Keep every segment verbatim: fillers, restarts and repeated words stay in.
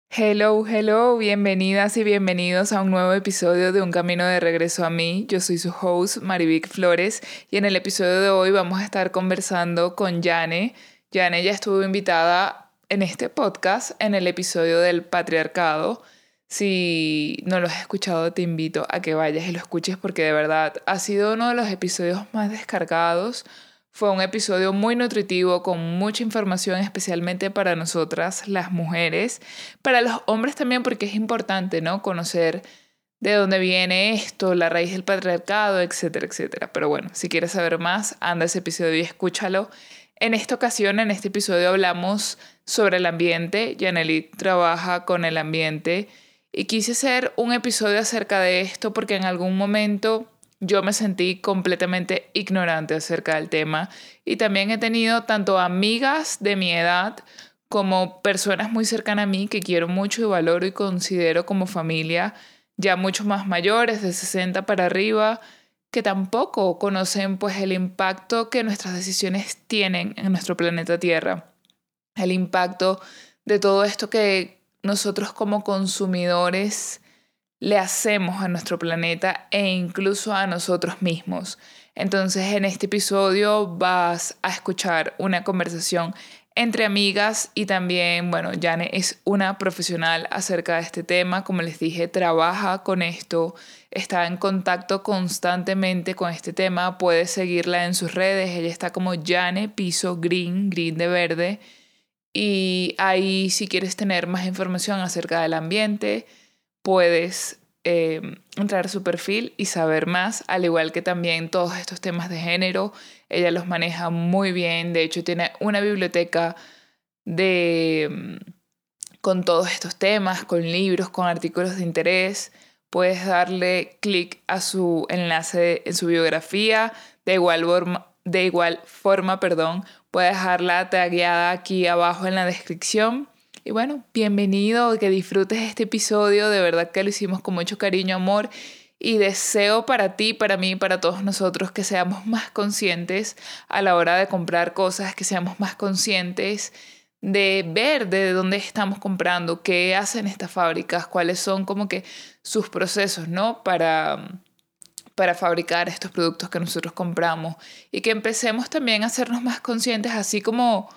Hello, hello, bienvenidas y bienvenidos a un nuevo episodio de Un Camino de Regreso a mí. Yo soy su host, Marivic Flores, y en el episodio de hoy vamos a estar conversando con Yane. Yane ya estuvo invitada en este podcast en el episodio del patriarcado. Si no lo has escuchado, te invito a que vayas y lo escuches porque de verdad ha sido uno de los episodios más descargados. Fue un episodio muy nutritivo con mucha información, especialmente para nosotras, las mujeres, para los hombres también, porque es importante, ¿no? Conocer de dónde viene esto, la raíz del patriarcado, etcétera, etcétera. Pero bueno, si quieres saber más, anda a ese episodio y escúchalo. En esta ocasión, en este episodio, hablamos sobre el ambiente. Yanelit trabaja con el ambiente y quise hacer un episodio acerca de esto porque en algún momento yo me sentí completamente ignorante acerca del tema y también he tenido tanto amigas de mi edad como personas muy cercanas a mí que quiero mucho y valoro y considero como familia, ya mucho más mayores, de sesenta para arriba, que tampoco conocen pues el impacto que nuestras decisiones tienen en nuestro planeta Tierra, el impacto de todo esto que nosotros como consumidores le hacemos a nuestro planeta e incluso a nosotros mismos. Entonces, en este episodio vas a escuchar una conversación entre amigas y también, bueno, Yane es una profesional acerca de este tema. Como les dije, trabaja con esto, está en contacto constantemente con este tema. Puedes seguirla en sus redes. Ella está como Yane Piso Green, green de verde. Y ahí, si quieres tener más información acerca del ambiente, puedes eh, entrar a su perfil y saber más, al igual que también todos estos temas de género. Ella los maneja muy bien, de hecho tiene una biblioteca de, con todos estos temas, con libros, con artículos de interés. Puedes darle clic a su enlace en su biografía, de igual forma, de igual forma, perdón, puedes dejarla tagueada aquí abajo en la descripción. Y bueno, bienvenido, que disfrutes este episodio, de verdad que lo hicimos con mucho cariño, amor, y deseo para ti, para mí, para todos nosotros que seamos más conscientes a la hora de comprar cosas, que seamos más conscientes de ver de dónde estamos comprando, qué hacen estas fábricas, cuáles son como que sus procesos, ¿no? Para, para fabricar estos productos que nosotros compramos y que empecemos también a hacernos más conscientes, así como,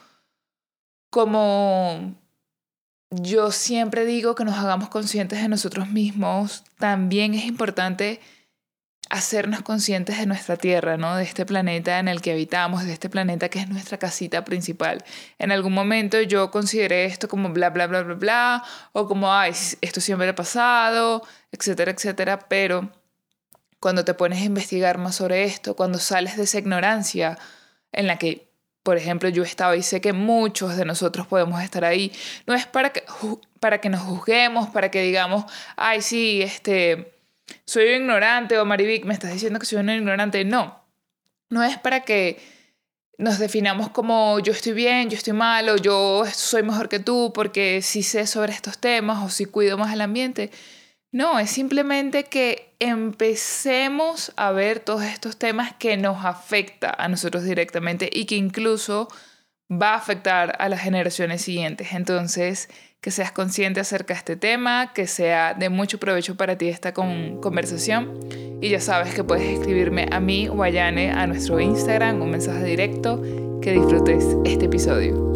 como yo siempre digo que nos hagamos conscientes de nosotros mismos. También es importante hacernos conscientes de nuestra tierra, ¿no? De este planeta en el que habitamos, de este planeta que es nuestra casita principal. En algún momento yo consideré esto como bla, bla, bla, bla, bla, o como, ay, esto siempre ha pasado, etcétera, etcétera, pero cuando te pones a investigar más sobre esto, cuando sales de esa ignorancia en la que, por ejemplo, yo estaba y sé que muchos de nosotros podemos estar ahí, no es para que, para que nos juzguemos, para que digamos, ay, sí, este, soy un ignorante, o Marivic, me estás diciendo que soy un ignorante. No, no es para que nos definamos como yo estoy bien, yo estoy mal, o yo soy mejor que tú porque sí sé sobre estos temas o sí cuido más el ambiente. No, es simplemente que empecemos a ver todos estos temas que nos afecta a nosotros directamente y que incluso va a afectar a las generaciones siguientes. Entonces, que seas consciente acerca de este tema, que sea de mucho provecho para ti esta con conversación. Y ya sabes que puedes escribirme a mí o a Yane a nuestro Instagram, un mensaje directo. Que disfrutes este episodio.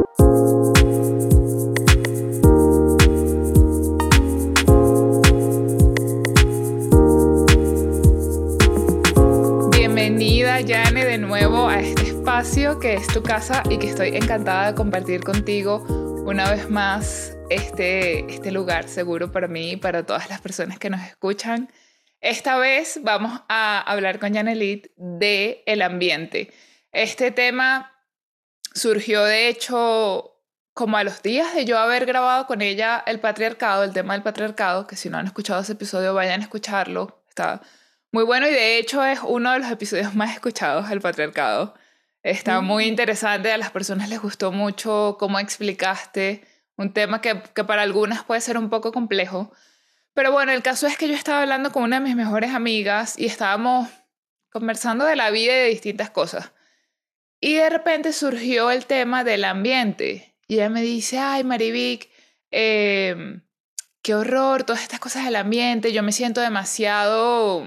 Bienvenida, Yane, de nuevo a este espacio que es tu casa y que estoy encantada de compartir contigo una vez más este, este lugar seguro para mí y para todas las personas que nos escuchan. Esta vez vamos a hablar con Yanelit de el ambiente. Este tema surgió de hecho como a los días de yo haber grabado con ella el patriarcado, el tema del patriarcado, que si no han escuchado ese episodio vayan a escucharlo, está muy bueno y de hecho es uno de los episodios más escuchados, el patriarcado. Está muy interesante, a las personas les gustó mucho cómo explicaste un tema que, que para algunas puede ser un poco complejo. Pero bueno, el caso es que yo estaba hablando con una de mis mejores amigas y estábamos conversando de la vida y de distintas cosas. Y de repente surgió el tema del ambiente. Y ella me dice, ay, Marivic, eh, qué horror, todas estas cosas del ambiente, yo me siento demasiado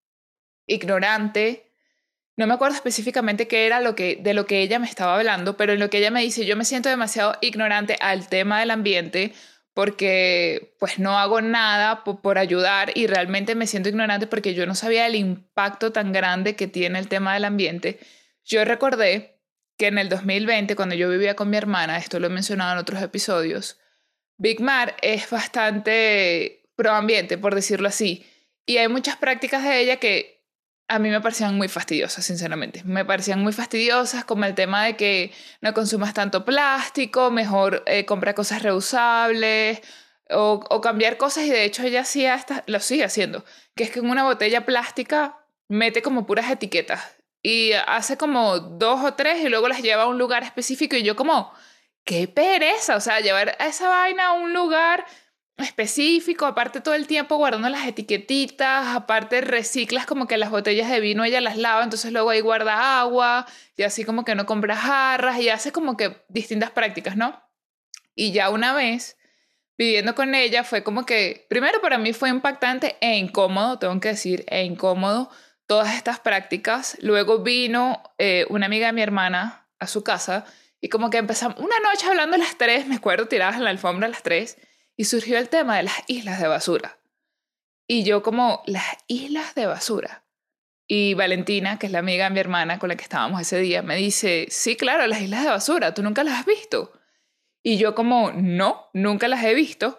ignorante. No me acuerdo específicamente qué era lo que, de lo que ella me estaba hablando, pero en lo que ella me dice, yo me siento demasiado ignorante al tema del ambiente porque pues no hago nada por, por ayudar y realmente me siento ignorante porque yo no sabía el impacto tan grande que tiene el tema del ambiente. Yo recordé que en el dos mil veinte, cuando yo vivía con mi hermana, esto lo he mencionado en otros episodios, Big Mar es bastante proambiente, por decirlo así, y hay muchas prácticas de ella que a mí me parecían muy fastidiosas, sinceramente. Me parecían muy fastidiosas, como el tema de que no consumas tanto plástico, mejor eh, compra cosas reusables o, o cambiar cosas, y de hecho ella hacía esta, lo sigue haciendo, que es que en una botella plástica mete como puras etiquetas y hace como dos o tres y luego las lleva a un lugar específico y yo como, qué pereza, o sea, llevar esa vaina a un lugar específico, aparte todo el tiempo guardando las etiquetitas, aparte reciclas como que las botellas de vino ella las lava, entonces luego ahí guarda agua y así como que no compra jarras y hace como que distintas prácticas, ¿no? Y ya una vez viviendo con ella fue como que, primero para mí fue impactante e incómodo, tengo que decir, e incómodo todas estas prácticas. Luego vino eh, una amiga de mi hermana a su casa y como que empezamos una noche hablando las tres, me acuerdo, tiradas en la alfombra las tres, y surgió el tema de las islas de basura. Y yo como, las islas de basura. Y Valentina, que es la amiga de mi hermana con la que estábamos ese día, me dice, sí, claro, las islas de basura, ¿tú nunca las has visto? Y yo como, no, nunca las he visto.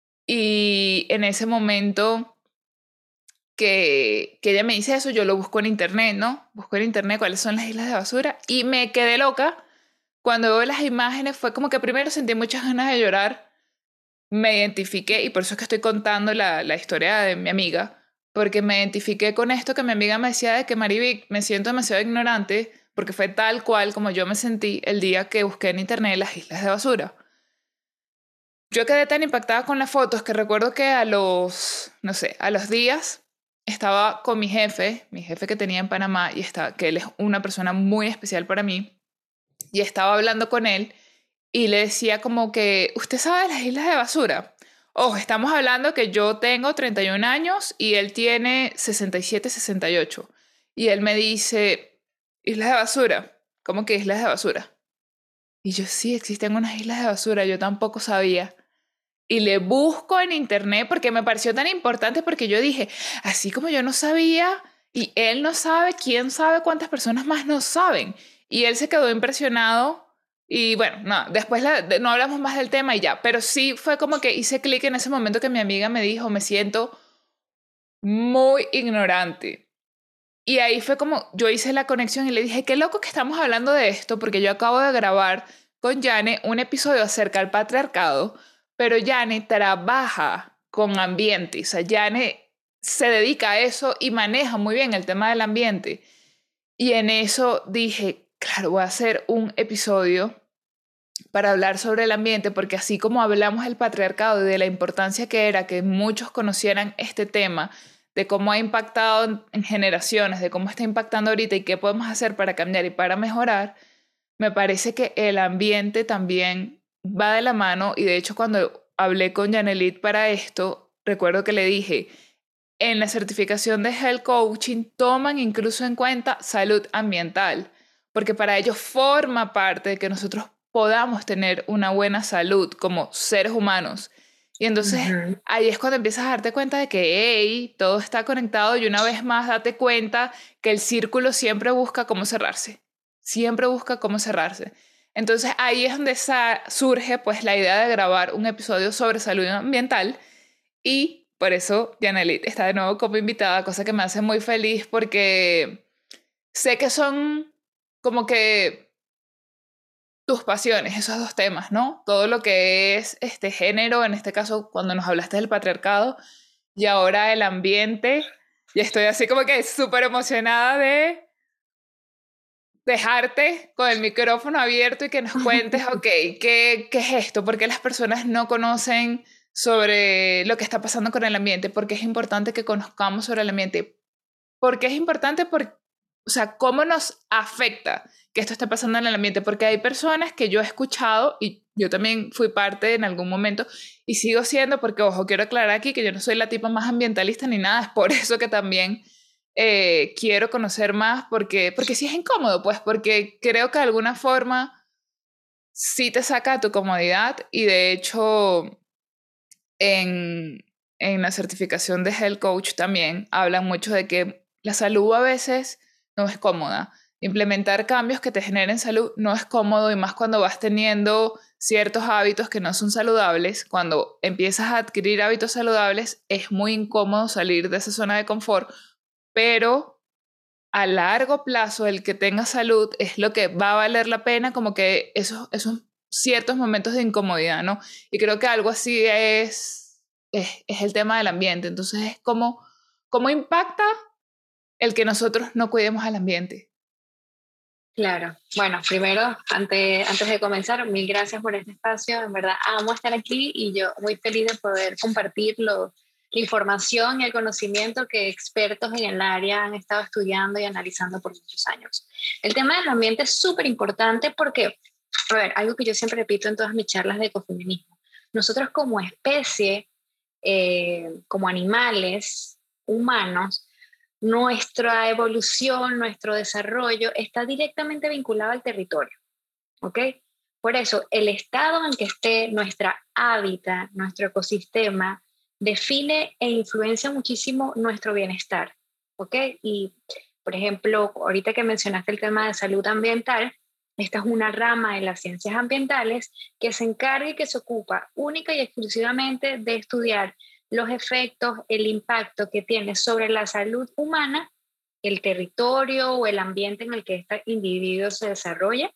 Y en ese momento que, que ella me dice eso, yo lo busco en internet, ¿no? Busco en internet cuáles son las islas de basura y me quedé loca. Cuando veo las imágenes fue como que primero sentí muchas ganas de llorar, me identifiqué, y por eso es que estoy contando la, la historia de mi amiga, porque me identifiqué con esto que mi amiga me decía de que Marivic, me siento demasiado ignorante, porque fue tal cual como yo me sentí el día que busqué en internet las islas de basura. Yo quedé tan impactada con las fotos que recuerdo que a los, no sé, a los días estaba con mi jefe, mi jefe que tenía en Panamá, y está, que él es una persona muy especial para mí, y estaba hablando con él y le decía como que, ¿usted sabe de las islas de basura? Ojo, estamos hablando que yo tengo treinta y un años y él tiene sesenta y siete, sesenta y ocho. Y él me dice, ¿islas de basura? ¿Cómo que islas de basura? Y yo, sí, existen unas islas de basura, yo tampoco sabía. Y le busco en internet porque me pareció tan importante, porque yo dije, así como yo no sabía y él no sabe, ¿quién sabe cuántas personas más no saben? Y él se quedó impresionado y bueno, no, después la, de, no hablamos más del tema y ya, pero sí fue como que hice clic en ese momento que mi amiga me dijo, me siento muy ignorante. Y ahí fue como yo hice la conexión y le dije, qué loco que estamos hablando de esto, porque yo acabo de grabar con Yane un episodio acerca del patriarcado, pero Yane trabaja con ambiente, o sea, Yane se dedica a eso y maneja muy bien el tema del ambiente. Y en eso dije, claro, voy a hacer un episodio para hablar sobre el ambiente, porque así como hablamos del patriarcado y de la importancia que era que muchos conocieran este tema, de cómo ha impactado en, en generaciones, de cómo está impactando ahorita y qué podemos hacer para cambiar y para mejorar, me parece que el ambiente también va de la mano. Y de hecho cuando hablé con Yanelit para esto, recuerdo que le dije, en la certificación de Health Coaching toman incluso en cuenta salud ambiental, porque para ellos forma parte de que nosotros podamos tener una buena salud como seres humanos. Y entonces uh-huh. ahí es cuando empiezas a darte cuenta de que hey, todo está conectado, y una vez más date cuenta que el círculo siempre busca cómo cerrarse, siempre busca cómo cerrarse. Entonces ahí es donde surge pues la idea de grabar un episodio sobre salud ambiental, y por eso Yanelit está de nuevo como invitada, cosa que me hace muy feliz porque sé que son como que tus pasiones, esos dos temas, ¿no? Todo lo que es este género, en este caso cuando nos hablaste del patriarcado, y ahora el ambiente. Y estoy así como que súper emocionada de dejarte con el micrófono abierto y que nos cuentes, ok, ¿qué, qué es esto? ¿Por qué las personas no conocen sobre lo que está pasando con el ambiente? ¿Por qué es importante que conozcamos sobre el ambiente? ¿Por qué es importante? Por, o sea, cómo nos afecta que esto esté pasando en el ambiente, porque hay personas que yo he escuchado y yo también fui parte en algún momento y sigo siendo, porque ojo, quiero aclarar aquí que yo no soy la tipa más ambientalista ni nada, es por eso que también eh, quiero conocer más, porque, porque sí es incómodo, pues, porque creo que de alguna forma sí te saca de tu comodidad y de hecho en, en la certificación de Health Coach también hablan mucho de que la salud a veces no es cómoda. Implementar cambios que te generen salud no es cómodo y más cuando vas teniendo ciertos hábitos que no son saludables. Cuando empiezas a adquirir hábitos saludables es muy incómodo salir de esa zona de confort, pero a largo plazo el que tenga salud es lo que va a valer la pena, como que esos, esos ciertos momentos de incomodidad, ¿no? Y creo que algo así es, es, es el tema del ambiente. Entonces es como, ¿cómo impacta el que nosotros no cuidemos al ambiente? Claro. Bueno, primero, antes, antes de comenzar, mil gracias por este espacio. En verdad, amo estar aquí y yo muy feliz de poder compartir lo, la información y el conocimiento que expertos en el área han estado estudiando y analizando por muchos años. El tema del ambiente es súper importante porque, a ver, algo que yo siempre repito en todas mis charlas de ecofeminismo, nosotros como especie, eh, como animales humanos, nuestra evolución, nuestro desarrollo está directamente vinculado al territorio, ¿ok? Por eso, el estado en que esté nuestra hábitat, nuestro ecosistema, define e influencia muchísimo nuestro bienestar, ¿ok? Y, por ejemplo, ahorita que mencionaste el tema de salud ambiental, esta es una rama de las ciencias ambientales que se encarga y que se ocupa única y exclusivamente de estudiar los efectos, el impacto que tiene sobre la salud humana, el territorio o el ambiente en el que este individuo se desarrolla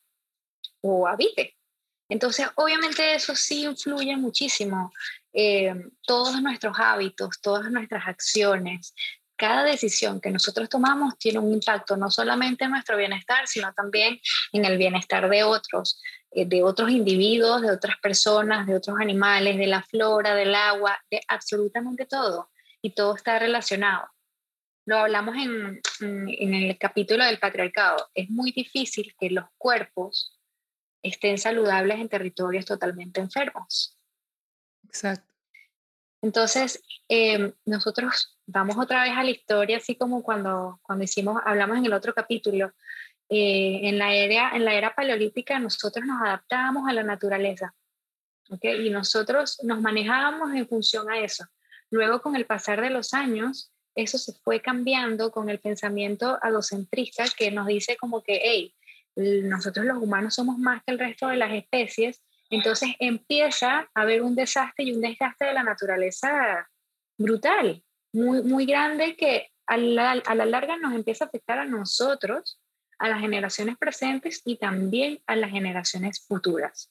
o habite. Entonces, obviamente eso sí influye muchísimo. Eh, todos nuestros hábitos, todas nuestras acciones, cada decisión que nosotros tomamos tiene un impacto no solamente en nuestro bienestar, sino también en el bienestar de otros, eh, de otros individuos, de otras personas, de otros animales, de la flora, del agua, de absolutamente todo. Y todo está relacionado. Lo hablamos en, en el capítulo del patriarcado. Es muy difícil que los cuerpos estén saludables en territorios totalmente enfermos. Exacto. Entonces, eh, nosotros vamos otra vez a la historia, así como cuando, cuando hicimos, hablamos en el otro capítulo, eh, en, la era, en la era paleolítica nosotros nos adaptábamos a la naturaleza, ¿okay? Y nosotros nos manejábamos en función a eso. Luego, con el pasar de los años, eso se fue cambiando con el pensamiento adocentrista que nos dice como que, hey, nosotros los humanos somos más que el resto de las especies, entonces empieza a haber un desastre y un desgaste de la naturaleza brutal, muy, muy grande que a la, a la larga nos empieza a afectar a nosotros, a las generaciones presentes y también a las generaciones futuras.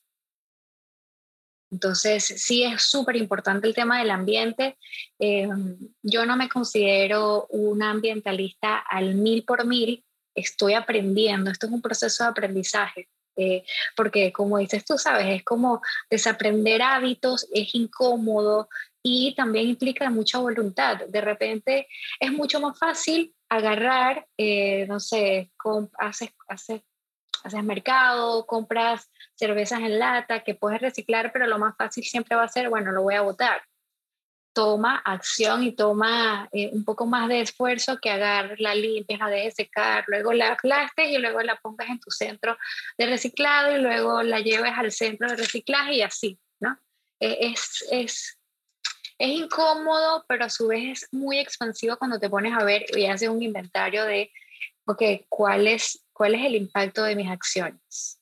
Entonces, sí es súper importante el tema del ambiente. Eh, yo no me considero una ambientalista al mil por mil, estoy aprendiendo, esto es un proceso de aprendizaje, eh, porque como dices tú, sabes, es como desaprender hábitos, es incómodo y también implica mucha voluntad. De repente es mucho más fácil agarrar, eh, no sé, con, haces, haces haces mercado, compras cervezas en lata que puedes reciclar, pero lo más fácil siempre va a ser, bueno, lo voy a botar. Toma acción y toma eh, un poco más de esfuerzo que agarrar, la limpias, la dejes secar, luego la aplastes y luego la pongas en tu centro de reciclado y luego la lleves al centro de reciclaje y así, ¿no? Eh, es, es, es incómodo, pero a su vez es muy expansivo cuando te pones a ver y haces un inventario de, ok, ¿cuál es, cuál es el impacto de mis acciones?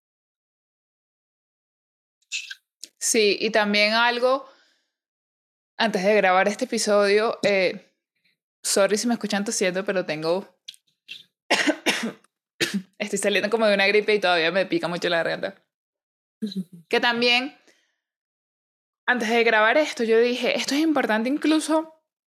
Sí, y también algo, antes de grabar este episodio, eh, sorry si me escuchan tosiendo, pero tengo, estoy saliendo como de una gripe y todavía me pica mucho la garganta. Que también, antes de grabar esto, yo dije, esto es importante incluso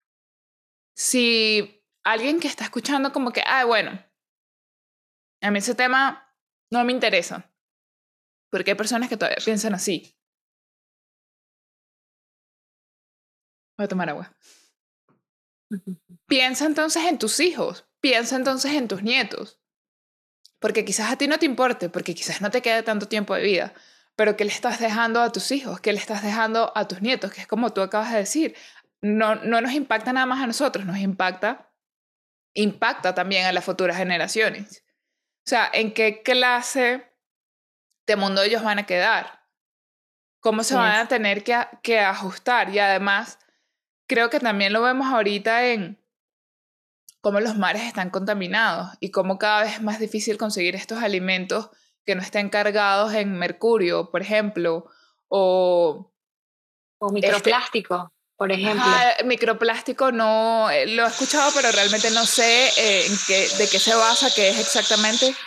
si alguien que está escuchando como que, ah, bueno, a mí ese tema no me interesa, porque hay personas que todavía piensan así. Voy a tomar agua. Ujú. Piensa entonces en tus hijos, piensa entonces en tus nietos, porque quizás a ti no te importe, porque quizás no te quede tanto tiempo de vida, pero ¿qué le estás dejando a tus hijos? ¿Qué le estás dejando a tus nietos? Que es como tú acabas de decir, no, no nos impacta nada más a nosotros, nos impacta, impacta también a las futuras generaciones. O sea, ¿en qué clase de mundo ellos van a quedar? ¿Cómo se Así van a es. tener que, a- que ajustar? Y además, creo que también lo vemos ahorita en cómo los mares están contaminados y cómo cada vez es más difícil conseguir estos alimentos que no estén cargados en mercurio, por ejemplo, o O este, microplástico, por ejemplo. ajá, microplástico no, eh, lo he escuchado, pero realmente no sé eh, en qué, de qué se basa, qué es exactamente.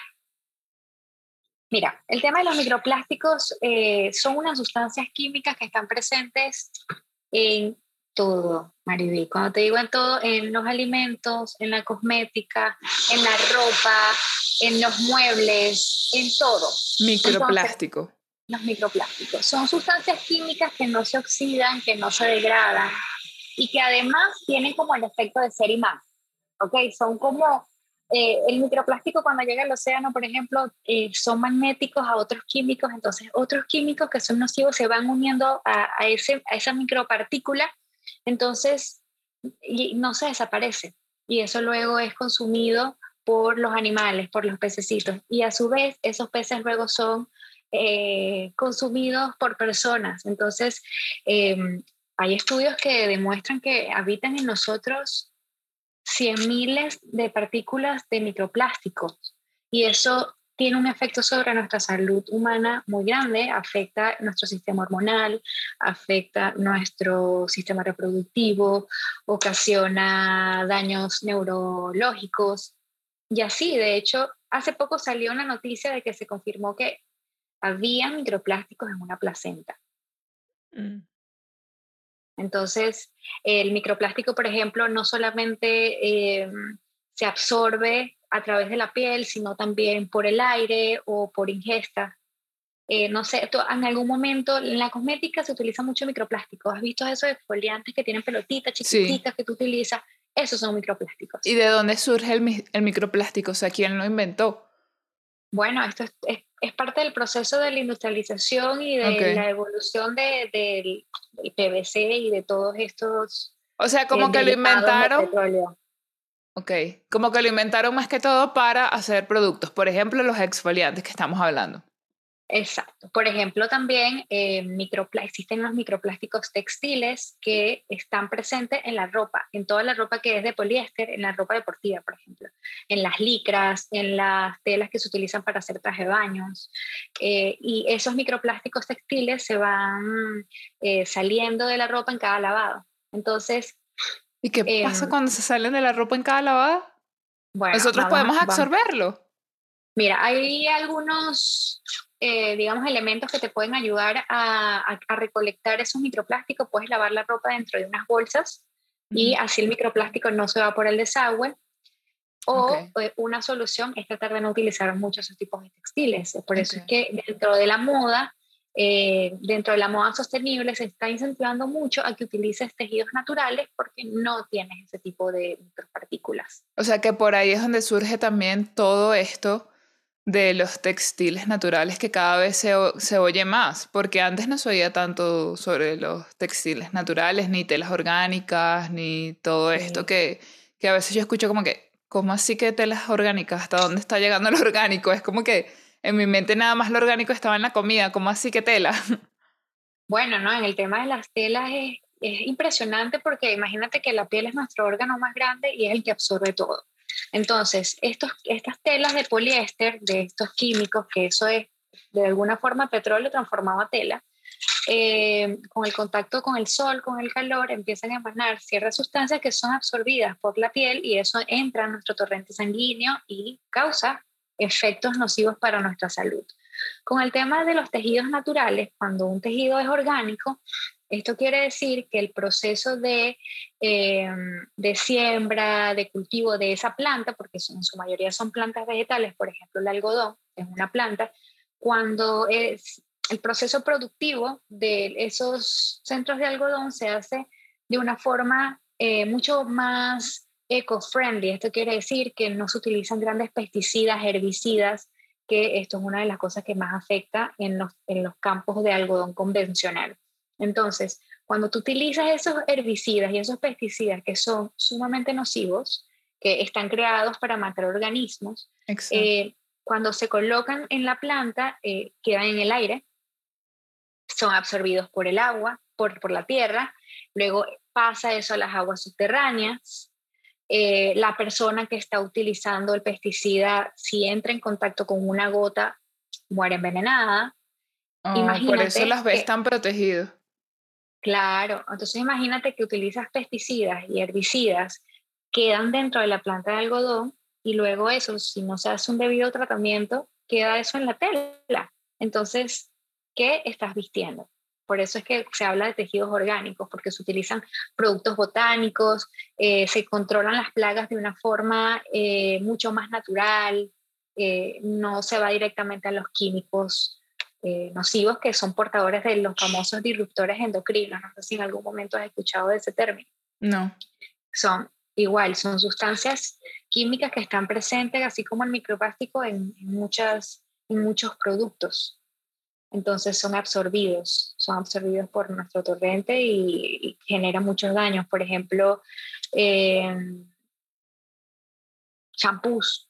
Mira, el tema de los microplásticos eh, son unas sustancias químicas que están presentes en todo, Mariby. Cuando te digo en todo, en los alimentos, en la cosmética, en la ropa, en los muebles, en todo. Entonces, Microplástico. los microplásticos son sustancias químicas que no se oxidan, que no se degradan y que además tienen como el efecto de ser imán. ¿Ok? Son como eh, el microplástico cuando llega al océano, por ejemplo, eh, son magnéticos a otros químicos, entonces otros químicos que son nocivos se van uniendo a, a, ese, a esa micropartícula, entonces y no se desaparece. Y eso luego es consumido por los animales, por los pececitos. Y a su vez, esos peces luego son eh, consumidos por personas. Entonces, eh, hay estudios que demuestran que habitan en nosotros cien miles de partículas de microplásticos y eso tiene un efecto sobre nuestra salud humana muy grande, afecta nuestro sistema hormonal, afecta nuestro sistema reproductivo, ocasiona daños neurológicos y así, de hecho, hace poco salió una noticia de que se confirmó que había microplásticos en una placenta. Mm. Entonces, el microplástico, por ejemplo, no solamente eh, se absorbe a través de la piel, sino también por el aire o por ingesta. Eh, no sé, tú, en algún momento en la cosmética se utiliza mucho microplástico. ¿Has visto esos exfoliantes que tienen pelotitas Sí. chiquiticas que tú utilizas? Esos son ¿Y microplásticos. de dónde surge el, mi- el microplástico? O sea, ¿quién lo inventó? Bueno, esto es, es, es parte del proceso de la industrialización y de Ok. la evolución de, del, del P V C y de todos estos O sea, eh, como que lo derivados del inventaron. petróleo. Ok, como que lo inventaron más que todo para hacer productos, por ejemplo, los exfoliantes que estamos hablando. Exacto. Por ejemplo, también eh, micropla- existen los microplásticos textiles que están presentes en la ropa, en toda la ropa que es de poliéster, en la ropa deportiva, por ejemplo, en las licras, en las telas que se utilizan para hacer traje de baños. Eh, y esos microplásticos textiles se van eh, saliendo de la ropa en cada lavado. Entonces, ¿Y qué pasa em, cuando se salen de la ropa en cada lavada? bueno, Nosotros vamos a, podemos vamos absorberlo. Mira, hay algunos, eh, digamos, elementos que te pueden ayudar a, a- a recolectar esos microplásticos. Puedes lavar la ropa dentro de unas bolsas y Ujú. así el microplástico no se va por el desagüe. Ok, O eh, una solución es tratar de no utilizar muchos esos tipos de textiles. Por ok. eso es que dentro de la moda, eh, dentro de la moda sostenible, se está incentivando mucho a que utilices tejidos naturales porque no tienes ese tipo de micropartículas. O sea que por ahí es donde surge también todo esto de los textiles naturales que cada vez se, o- se oye más, porque antes no se oía tanto sobre los textiles naturales, ni telas orgánicas, ni todo esto Eh, que, que a veces yo escucho como que, ¿cómo así que telas orgánicas? ¿Hasta dónde está llegando lo orgánico? Es como que en mi mente nada más lo orgánico estaba en la comida, ¿cómo así que tela? Bueno, ¿no? En el tema de las telas es, es impresionante porque imagínate que la piel es nuestro órgano más grande y es el que absorbe todo. Entonces, estos, estas telas de poliéster, de estos químicos, que eso es de alguna forma petróleo transformado a tela, eh, con el contacto con el sol, con el calor, empiezan a emanar ciertas sustancias que son absorbidas por la piel y eso entra en nuestro torrente sanguíneo y causa efectos nocivos para nuestra salud. Con el tema de los tejidos naturales, cuando un tejido es orgánico, esto quiere decir que el proceso de, eh, de siembra, de cultivo de esa planta, porque son, en su mayoría son plantas vegetales, por ejemplo el algodón es una planta, cuando es, el proceso productivo de esos centros de algodón se hace de una forma eh, mucho más eco-friendly. Esto quiere decir que no se utilizan grandes pesticidas, herbicidas, que esto es una de las cosas que más afecta en los, en los campos de algodón convencional. Entonces, cuando tú utilizas esos herbicidas y esos pesticidas que son sumamente nocivos, que están creados para matar organismos, Exacto. eh, cuando se colocan en la planta, eh, quedan en el aire, son absorbidos por el agua, por, por la tierra, luego pasa eso a las aguas subterráneas. Eh, la persona que está utilizando el pesticida, si entra en contacto con una gota, muere envenenada. Oh, por eso Imagínate las ves que, tan protegidos. claro, entonces imagínate que utilizas pesticidas y herbicidas, quedan dentro de la planta de algodón y luego eso, si no se hace un debido tratamiento, queda eso en la tela. Entonces, ¿qué estás vistiendo? Por eso es que se habla de tejidos orgánicos, porque se utilizan productos botánicos, eh, se controlan las plagas de una forma eh, mucho más natural, eh, no se va directamente a los químicos eh, nocivos que son portadores de los famosos disruptores endocrinos. No sé si en algún momento has escuchado de ese término. No. Son igual, son sustancias químicas que están presentes, así como el microplástico, en, en, muchas, en muchos productos. Entonces son absorbidos, son absorbidos por nuestro torrente y, y generan muchos daños. Por ejemplo, eh, champús,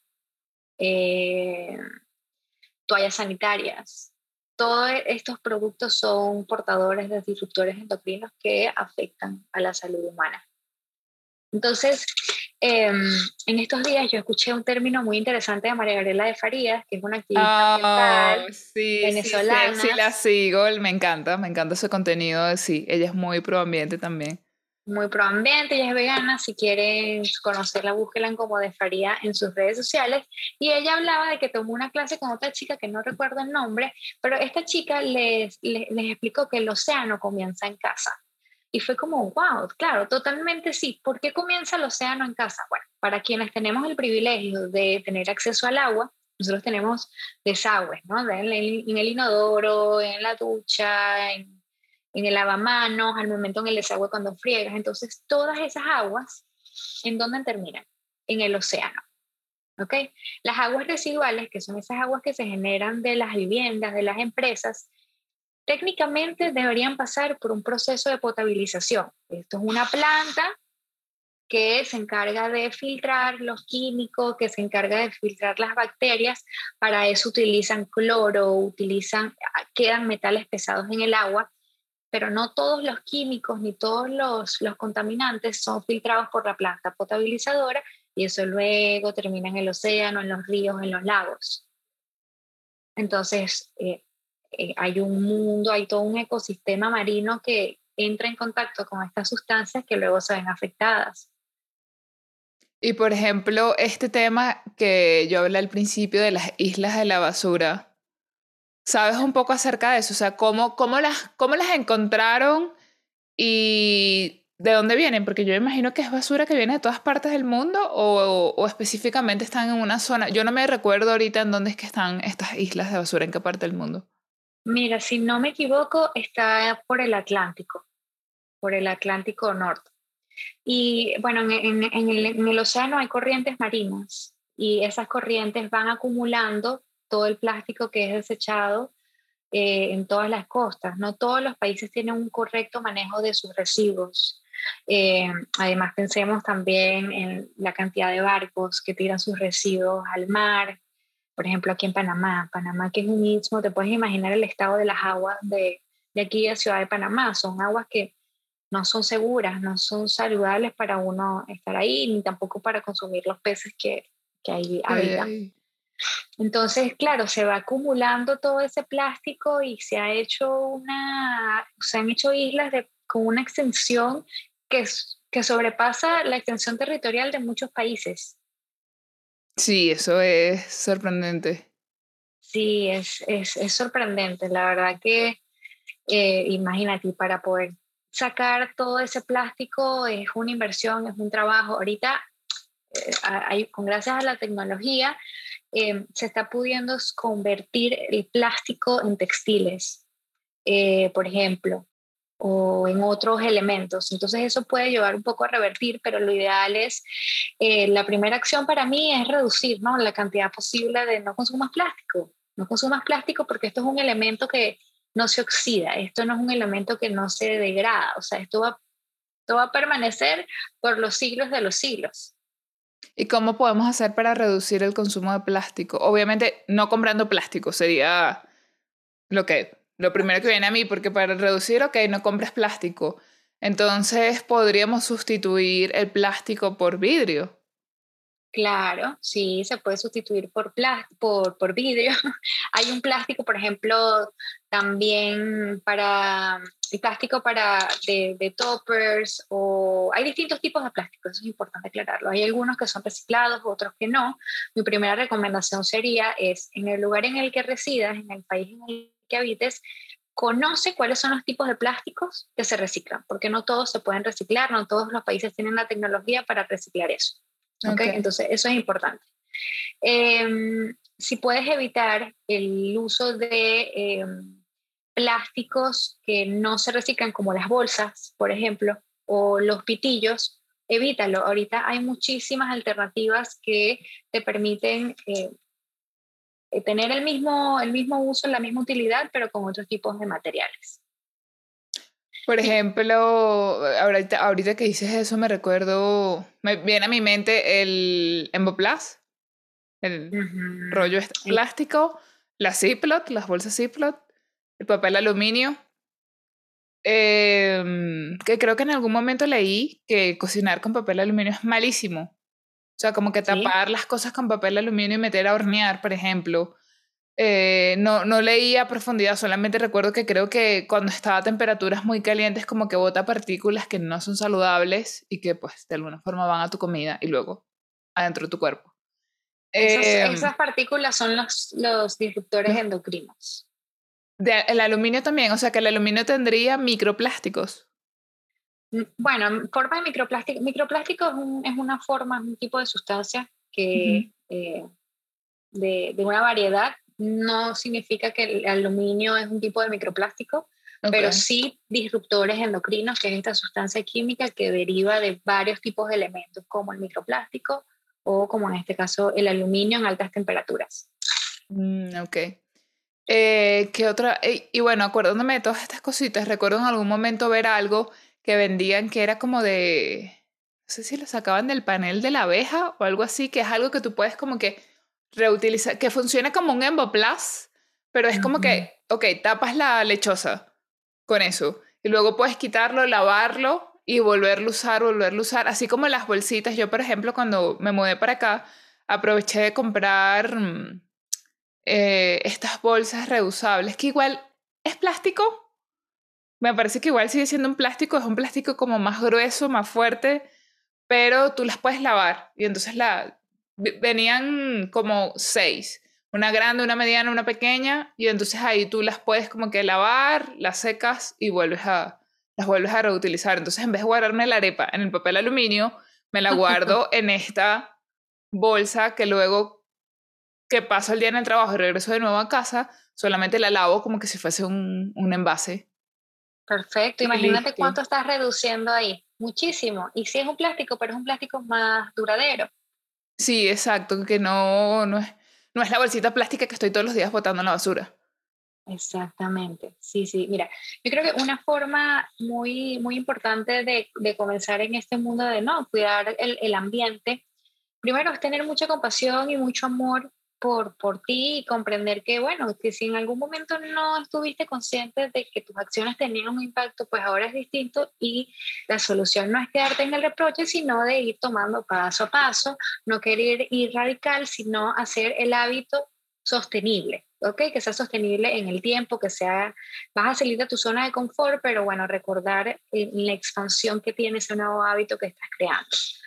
eh, toallas sanitarias. Todos estos productos son portadores de disruptores endocrinos que afectan a la salud humana. Entonces, eh, en estos días yo escuché un término muy interesante de María Gabriela de Farías, que es una activista Oh, ambiental sí, sí, sí, sí venezolana, la sigo, me encanta, me encanta su contenido, sí, ella es muy pro ambiente también. muy proambiente, ella es vegana, si quieren conocerla, búsquenla como de Faría en sus redes sociales, y ella hablaba de que tomó una clase con otra chica que no recuerdo el nombre, pero esta chica les, les, les explicó que el océano comienza en casa. Y fue como, wow, claro, totalmente sí. ¿Por qué comienza el océano en casa? Bueno, para quienes tenemos el privilegio de tener acceso al agua, nosotros tenemos desagües, ¿no? En el, en el inodoro, en la ducha, en, en el lavamanos, al momento en el desagüe cuando friegas. Entonces, todas esas aguas, ¿en dónde terminan? En el océano. ¿Ok? Las aguas residuales, que son esas aguas que se generan de las viviendas, de las empresas, técnicamente deberían pasar por un proceso de potabilización. Esto es una planta que se encarga de filtrar los químicos, que se encarga de filtrar las bacterias. Para eso utilizan cloro, utilizan, quedan metales pesados en el agua, pero no todos los químicos ni todos los, los contaminantes son filtrados por la planta potabilizadora y eso luego termina en el océano, en los ríos, en los lagos. Entonces, eh, eh, hay un mundo, hay todo un ecosistema marino que entra en contacto con estas sustancias que luego se ven afectadas. Y por ejemplo, este tema que yo hablé al principio de las islas de la basura, ¿sabes un poco acerca de eso? O sea, ¿cómo, cómo las, cómo las encontraron y de dónde vienen? Porque yo imagino que es basura que viene de todas partes del mundo o, o específicamente están en una zona. Yo no me recuerdo ahorita en dónde es que están estas islas de basura, en qué parte del mundo. Mira, si no me equivoco, está por el Atlántico, por el Atlántico Norte. Y bueno, en, en, en, el, en el océano hay corrientes marinas y esas corrientes van acumulando todo el plástico que es desechado eh, en todas las costas. No todos los países tienen un correcto manejo de sus residuos. Eh, además, pensemos también en la cantidad de barcos que tiran sus residuos al mar. Por ejemplo, aquí en Panamá, Panamá que es un istmo, te puedes imaginar el estado de las aguas de, de aquí de Ciudad de Panamá. Son aguas que no son seguras, no son saludables para uno estar ahí, ni tampoco para consumir los peces que, que ahí Ay, habitan. ay. Entonces, claro, se va acumulando todo ese plástico y se ha hecho una, se han hecho islas de, con una extensión que, que sobrepasa la extensión territorial de muchos países. Sí, eso es sorprendente. Sí, es, es, es sorprendente. La verdad que, eh, imagínate, para poder sacar todo ese plástico es una inversión, es un trabajo. Ahorita, eh, hay, con gracias a la tecnología, eh, se está pudiendo convertir el plástico en textiles. Eh, por ejemplo, o en otros elementos. Entonces eso puede llevar un poco a revertir, pero lo ideal es, eh, la primera acción para mí es reducir, ¿no?, la cantidad posible de no consumas plástico. No consumas plástico porque esto es un elemento que no se oxida, esto no es un elemento que no se degrada, o sea, esto va, esto va a permanecer por los siglos de los siglos. ¿Y cómo podemos hacer para reducir el consumo de plástico? Obviamente, no comprando plástico sería lo que, lo primero que viene a mí, porque para reducir, ok, no compres plástico. Entonces, podríamos sustituir el plástico por vidrio. Claro, sí, se puede sustituir por, plá- por, por vidrio. Hay un plástico, por ejemplo, también para el plástico para de, de toppers, o hay distintos tipos de plástico, eso es importante aclararlo. Hay algunos que son reciclados, otros que no. Mi primera recomendación sería es, en el lugar en el que residas, en el país en el que habites, conoce cuáles son los tipos de plásticos que se reciclan, porque no todos se pueden reciclar, no todos los países tienen la tecnología para reciclar eso. ¿Ok? Ok. Entonces, eso es importante. Eh, si puedes evitar el uso de eh, plásticos que no se reciclan, como las bolsas, por ejemplo, o los pitillos, evítalo. Ahorita hay muchísimas alternativas que te permiten eh, tener el mismo, el mismo uso, la misma utilidad, pero con otros tipos de materiales. Por Sí. ejemplo, ahorita, ahorita que dices eso, me recuerdo, me viene a mi mente el Emboplast, el Ujú. rollo este El- plástico, la Ziploc, las bolsas Ziploc, el papel aluminio. Em, que creo que en algún momento leí que cocinar con papel aluminio es malísimo. O sea, como que sí. tapar las cosas con papel aluminio y meter a hornear, por ejemplo. Eh, no, no leí a profundidad, solamente recuerdo que creo que cuando está a temperaturas muy calientes como que bota partículas que no son saludables y que pues de alguna forma van a tu comida y luego adentro de tu cuerpo. Esas, Eh, esas partículas son los, los disruptores los- endocrinos. de- el aluminio también, o sea que el aluminio tendría microplásticos. Mm, Bueno, en forma de microplástico. Microplástico es, un- es una forma, es un tipo de sustancia Ujú. que eh, de, de una variedad. No significa que el aluminio es un tipo de microplástico, Ok. pero sí disruptores endocrinos, que es esta sustancia química que deriva de varios tipos de elementos, como el microplástico o como en este caso el aluminio en altas temperaturas. Mm, ok. Eh, ¿qué otra? Eh, y bueno, acordándome de todas estas cositas, recuerdo en algún momento ver algo que vendían que era como de, no sé si lo sacaban del panel de la abeja o algo así, que es algo que tú puedes como que reutilizar, que funciona como un Emboplast, pero es como Ujú. que, ok, tapas la lechosa con eso y luego puedes quitarlo, lavarlo y volverlo a usar, volverlo a usar, así como las bolsitas. Yo, por ejemplo, cuando me mudé para acá, aproveché de comprar mm, eh, estas bolsas reusables, que igual es plástico. Me parece que igual sigue siendo un plástico, es un plástico como más grueso, más fuerte, pero tú las puedes lavar. Y entonces la, ve- venían como seis, una grande, una mediana, una pequeña, y entonces ahí tú las puedes como que lavar, las secas y vuelves a, las vuelves a reutilizar. Entonces en vez de guardarme la arepa en el papel aluminio, me la guardo en esta bolsa que luego que paso el día en el trabajo y regreso de nuevo a casa, solamente la lavo como que si fuese un, un envase Perfecto, y imagínate listo. cuánto estás reduciendo ahí, muchísimo. Y si es un plástico, pero es un plástico más duradero. Sí, exacto, que no, no es, no es la bolsita plástica que estoy todos los días botando en la basura. Exactamente, sí, sí. Mira, yo creo que una forma muy, muy importante de, de comenzar en este mundo de no cuidar el, el ambiente, primero es tener mucha compasión y mucho amor por, por ti y comprender que, bueno, que si en algún momento no estuviste consciente de que tus acciones tenían un impacto, pues ahora es distinto y la solución no es quedarte en el reproche, sino de ir tomando paso a paso, no querer ir radical, sino hacer el hábito sostenible, ¿ok? Que sea sostenible en el tiempo, que sea, vas a salir de tu zona de confort, pero bueno, recordar eh, la expansión que tiene ese nuevo hábito que estás creando.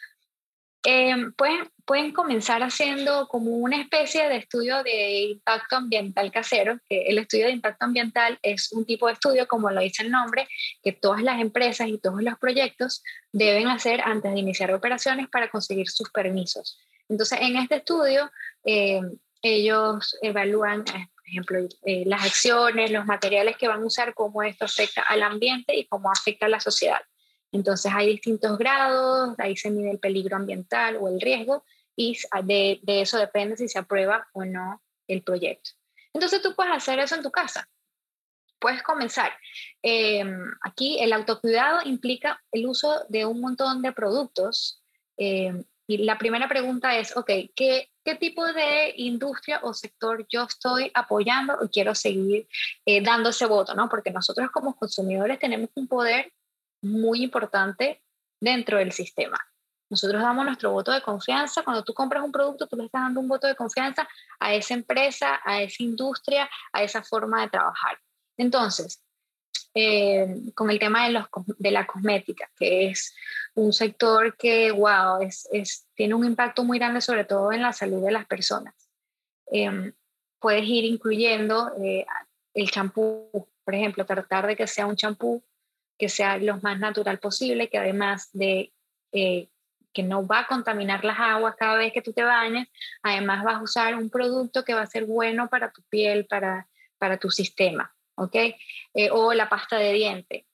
Eh, pueden, pueden comenzar haciendo como una especie de estudio de impacto ambiental casero, que el estudio de impacto ambiental es un tipo de estudio, como lo dice el nombre, que todas las empresas y todos los proyectos deben hacer antes de iniciar operaciones para conseguir sus permisos. Entonces, en este estudio, eh, ellos evalúan, eh, por ejemplo, eh, las acciones, los materiales que van a usar, cómo esto afecta al ambiente y cómo afecta a la sociedad. Entonces hay distintos grados, ahí se mide el peligro ambiental o el riesgo y de, de eso depende si se aprueba o no el proyecto. Entonces tú puedes hacer eso en tu casa. Puedes comenzar. Eh, aquí el autocuidado implica el uso de un montón de productos. Eh, y la primera pregunta es, ok, ¿qué, ¿qué tipo de industria o sector yo estoy apoyando o quiero seguir eh, dando ese voto, ¿no? Porque nosotros como consumidores tenemos un poder muy importante dentro del sistema. Nosotros damos nuestro voto de confianza. Cuando tú compras un producto, tú le estás dando un voto de confianza a esa empresa, a esa industria, a esa forma de trabajar. Entonces, eh, con el tema de, los, de la cosmética, que es un sector que, wow, es, es, tiene un impacto muy grande, sobre todo en la salud de las personas. Eh, puedes ir incluyendo eh, el champú, por ejemplo, tratar de que sea un champú que sea lo más natural posible, que además de eh, que no va a contaminar las aguas cada vez que tú te bañes, además vas a usar un producto que va a ser bueno para tu piel, para, para tu sistema. ¿Ok? Eh, o la pasta de diente,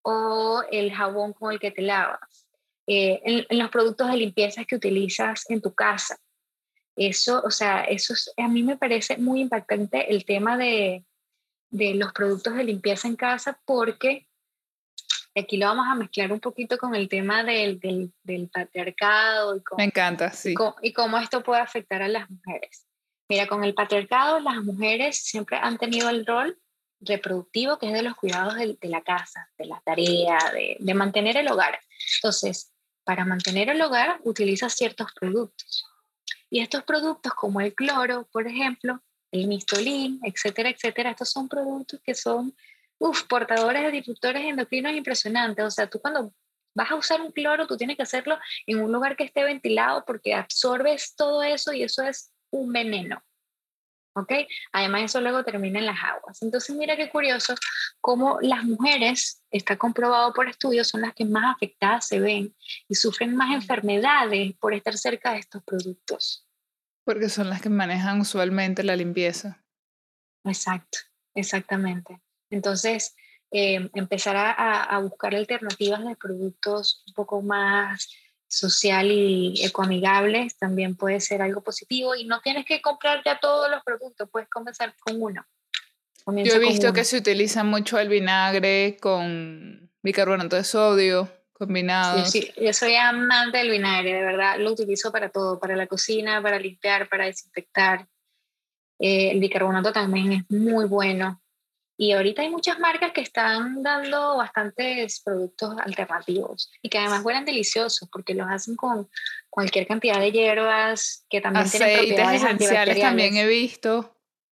o el jabón con el que te lavas, eh, en, en los productos de limpieza que utilizas en tu casa. Eso, o sea, eso es, a mí me parece muy impactante el tema de, de los productos de limpieza en casa, porque aquí lo vamos a mezclar un poquito con el tema del, del, del patriarcado y, con, me encanta, sí. y, con, y cómo esto puede afectar a las mujeres. Mira, con el patriarcado las mujeres siempre han tenido el rol reproductivo, que es de los cuidados de, de la casa, de la tarea, de, de mantener el hogar. Entonces, para mantener el hogar utilizas ciertos productos. Y estos productos como el cloro, por ejemplo, el Mistolín, etcétera, etcétera, estos son productos que son uf, portadores de disruptores endocrinos impresionantes. O sea, tú cuando vas a usar un cloro, tú tienes que hacerlo en un lugar que esté ventilado porque absorbes todo eso y eso es un veneno. ¿Ok? Además, eso luego termina en las aguas. Entonces, mira qué curioso cómo las mujeres, está comprobado por estudios, son las que más afectadas se ven y sufren más enfermedades por estar cerca de estos productos. Porque son las que manejan usualmente la limpieza. Exacto, exactamente. Entonces, eh, empezar a, a buscar alternativas de productos un poco más social y ecoamigables también puede ser algo positivo, y no tienes que comprar ya todos los productos, puedes comenzar con uno. Comienza Yo he visto con que uno. se utiliza mucho el vinagre con bicarbonato de sodio combinados. Sí, sí, yo soy amante del vinagre, de verdad, lo utilizo para todo, para la cocina, para limpiar, para desinfectar. Eh, el bicarbonato también es muy bueno. Y ahorita hay muchas marcas que están dando bastantes productos alternativos y que además huelen deliciosos porque los hacen con cualquier cantidad de hierbas que también tienen Aceites propiedades esenciales también he antibacteriales. visto.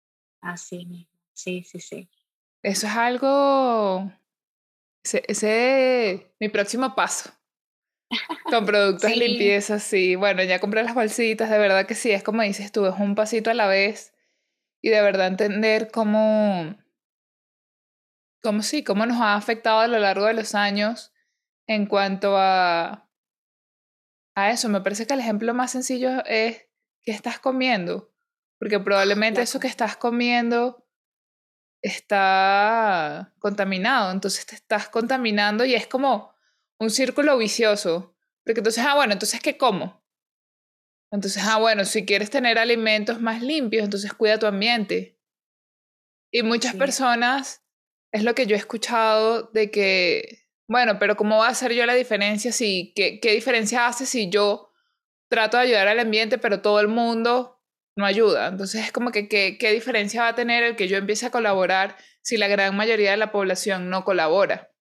Así mismo, sí, sí, sí. Eso es algo... Ese, ese mi próximo paso. Con productos de Sí, limpieza, sí. Bueno, ya compré las bolsitas, de verdad que sí, es como dices tú, es un pasito a la vez. Y de verdad entender cómo, cómo sí, cómo nos ha afectado a lo largo de los años en cuanto a, a eso. Me parece que el ejemplo más sencillo es qué estás comiendo. Porque probablemente la eso que comida. estás comiendo está contaminado. Entonces te estás contaminando y es como un círculo vicioso. Porque entonces, ah, bueno, entonces, ¿qué como? Entonces, ah, bueno, si quieres tener alimentos más limpios, entonces cuida tu ambiente. Y muchas Sí, personas, es lo que yo he escuchado de que, bueno, pero ¿cómo va a hacer yo la diferencia si, qué, qué diferencia hace si yo trato de ayudar al ambiente, pero todo el mundo no ayuda? Entonces es como que, ¿qué, qué diferencia va a tener el que yo empiece a colaborar si la gran mayoría de la población no colabora?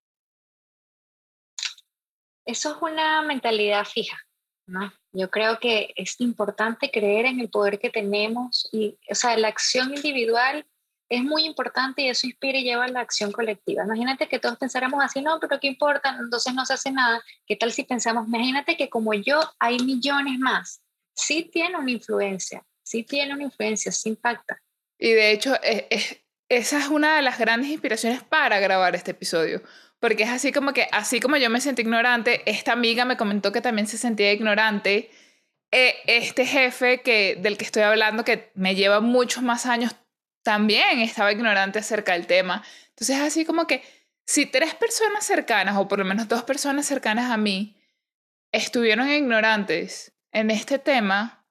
eso es una mentalidad fija, ¿no? Yo creo que es importante creer en el poder que tenemos y, o sea, la acción individual es muy importante y eso inspira y lleva a la acción colectiva. Imagínate que todos pensáramos así, no, pero ¿qué importa? Entonces no se hace nada. ¿Qué tal si pensamos, imagínate que como yo hay millones más? Sí tiene una influencia, sí tiene una influencia, sí impacta. Y de hecho, es, es, esa es una de las grandes inspiraciones para grabar este episodio. Porque es así como que, así como yo me sentí ignorante, esta amiga me comentó que también se sentía ignorante. Eh, este jefe que, del que estoy hablando, que me lleva muchos más años también estaba ignorante acerca del tema. Entonces, así como que si tres personas cercanas, o por lo menos dos personas cercanas a mí, estuvieron ignorantes en este tema,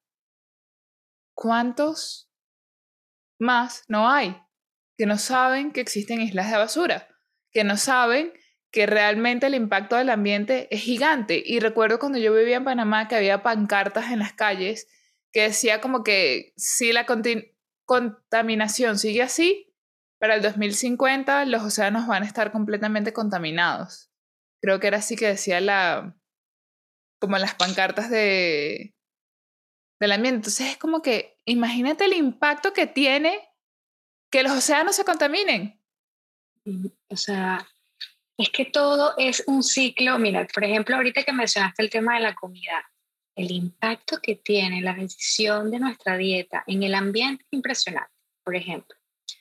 ¿cuántos más no hay que no saben que existen islas de basura? Que no saben que realmente el impacto del ambiente es gigante. Y recuerdo cuando yo vivía en Panamá que había pancartas en las calles que decía como que si la conti- contaminación sigue así, para el dos mil cincuenta los océanos van a estar completamente contaminados. Creo que era así que decía la, como las pancartas de, del ambiente. Entonces es como que imagínate el impacto que tiene que los océanos se contaminen. O sea, es que todo es un ciclo. Mira, por ejemplo, ahorita que mencionaste el tema de la comida, el impacto que tiene la decisión de nuestra dieta en el ambiente es impresionante. Por ejemplo,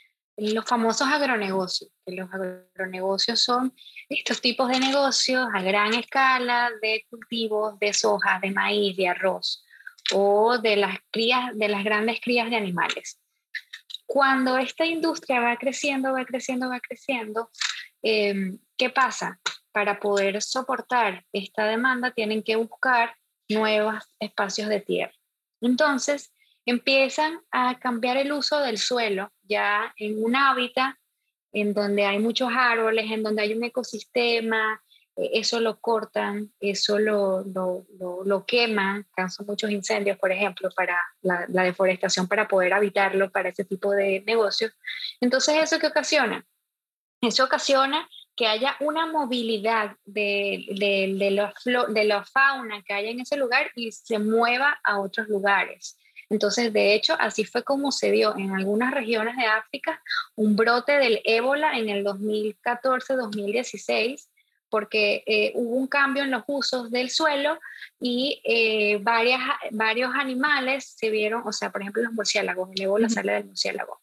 los famosos agronegocios, que los agronegocios son estos tipos de negocios a gran escala de cultivos de soja, de maíz, de arroz o de las crías, de las grandes crías de animales. Cuando esta industria va creciendo, va creciendo, va creciendo, eh, ¿qué pasa? Para poder soportar esta demanda tienen que buscar nuevos espacios de tierra. Entonces, empiezan a cambiar el uso del suelo ya en un hábitat en donde hay muchos árboles, en donde hay un ecosistema, eh, eso lo cortan, eso lo, lo, lo, lo queman, causan muchos incendios, por ejemplo, para la, la deforestación, para poder habitarlo, para ese tipo de negocios. Entonces, ¿eso qué ocasiona? Eso ocasiona que haya una movilidad de, de, de, la, de la fauna que haya en ese lugar y se mueva a otros lugares. Entonces, de hecho, así fue como se dio en algunas regiones de África un brote del ébola en el dos mil catorce dos mil dieciséis, porque eh, hubo un cambio en los usos del suelo y eh, varias, varios animales se vieron, o sea, por ejemplo, los murciélagos, el ébola uh-huh. sale del murciélago.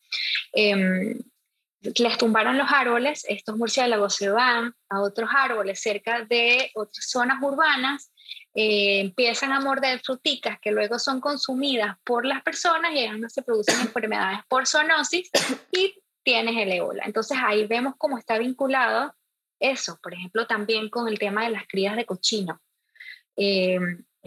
Eh, les tumbaron los árboles, estos murciélagos se van a otros árboles cerca de otras zonas urbanas, eh, empiezan a morder fruticas que luego son consumidas por las personas y ahí se producen enfermedades por zoonosis y tienes el ébola. Entonces ahí vemos cómo está vinculado eso, por ejemplo, también con el tema de las crías de cochino. Eh,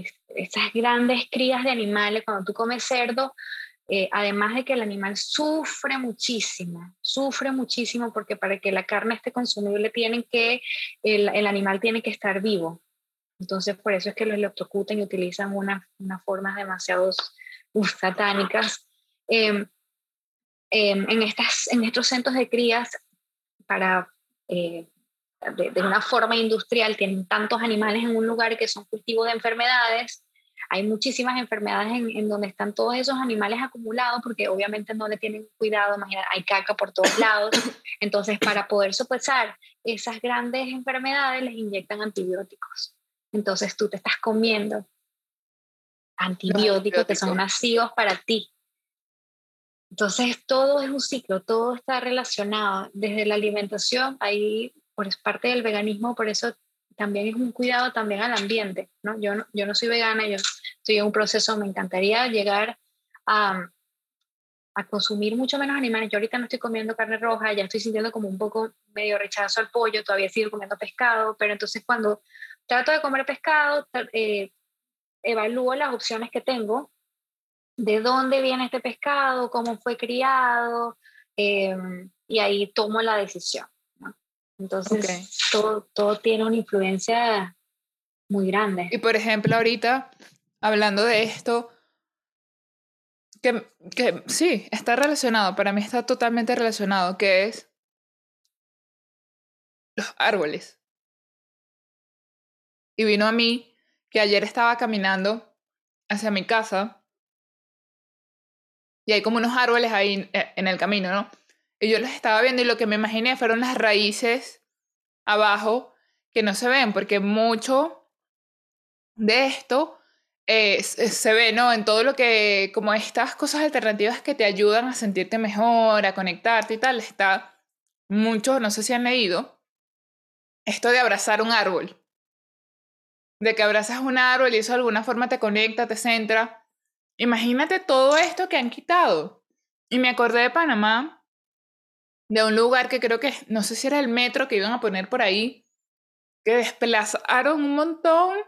esas grandes crías de animales, cuando tú comes cerdo, Eh, además de que el animal sufre muchísimo, sufre muchísimo porque para que la carne esté consumible tienen que, el, el animal tiene que estar vivo. Entonces por eso es que lo electrocutan y utilizan unas una formas demasiado uf, satánicas. Eh, eh, en, estas, en estos centros de crías, para, eh, de, de una forma industrial, tienen tantos animales en un lugar que son cultivos de enfermedades. Hay muchísimas enfermedades en, en donde están todos esos animales acumulados porque obviamente no le tienen cuidado, imagínate, hay caca por todos lados. Entonces, para poder sopesar esas grandes enfermedades, les inyectan antibióticos. Entonces, tú te estás comiendo antibióticos que son nocivos para ti. Entonces, todo es un ciclo, todo está relacionado. Desde la alimentación, ahí, por parte del veganismo, por eso también es un cuidado también al ambiente, ¿no? Yo no, yo no soy vegana, yo estoy en un proceso, me encantaría llegar a, a consumir mucho menos animales. Yo ahorita no estoy comiendo carne roja, ya estoy sintiendo como un poco medio rechazo al pollo, todavía sigo comiendo pescado, pero entonces cuando trato de comer pescado, eh, evalúo las opciones que tengo, de dónde viene este pescado, cómo fue criado, eh, y ahí tomo la decisión, ¿no? Entonces, okay. todo, todo tiene una influencia muy grande. Y por ejemplo, ahorita, hablando de esto, que, que sí, está relacionado, para mí está totalmente relacionado, que es los árboles. Y vino a mí que ayer estaba caminando hacia mi casa y hay como unos árboles ahí en el camino, ¿no? Y yo los estaba viendo y lo que me imaginé fueron las raíces abajo que no se ven, porque mucho de esto eh, se ve, ¿no? En todo lo que, como estas cosas alternativas que te ayudan a sentirte mejor, a conectarte y tal, está mucho, no sé si han leído, esto de abrazar un árbol. De que abrazas un árbol y eso de alguna forma te conecta, te centra. Imagínate todo esto que han quitado. Y me acordé de Panamá, de un lugar que creo que, no sé si era el metro que iban a poner por ahí, que desplazaron un montón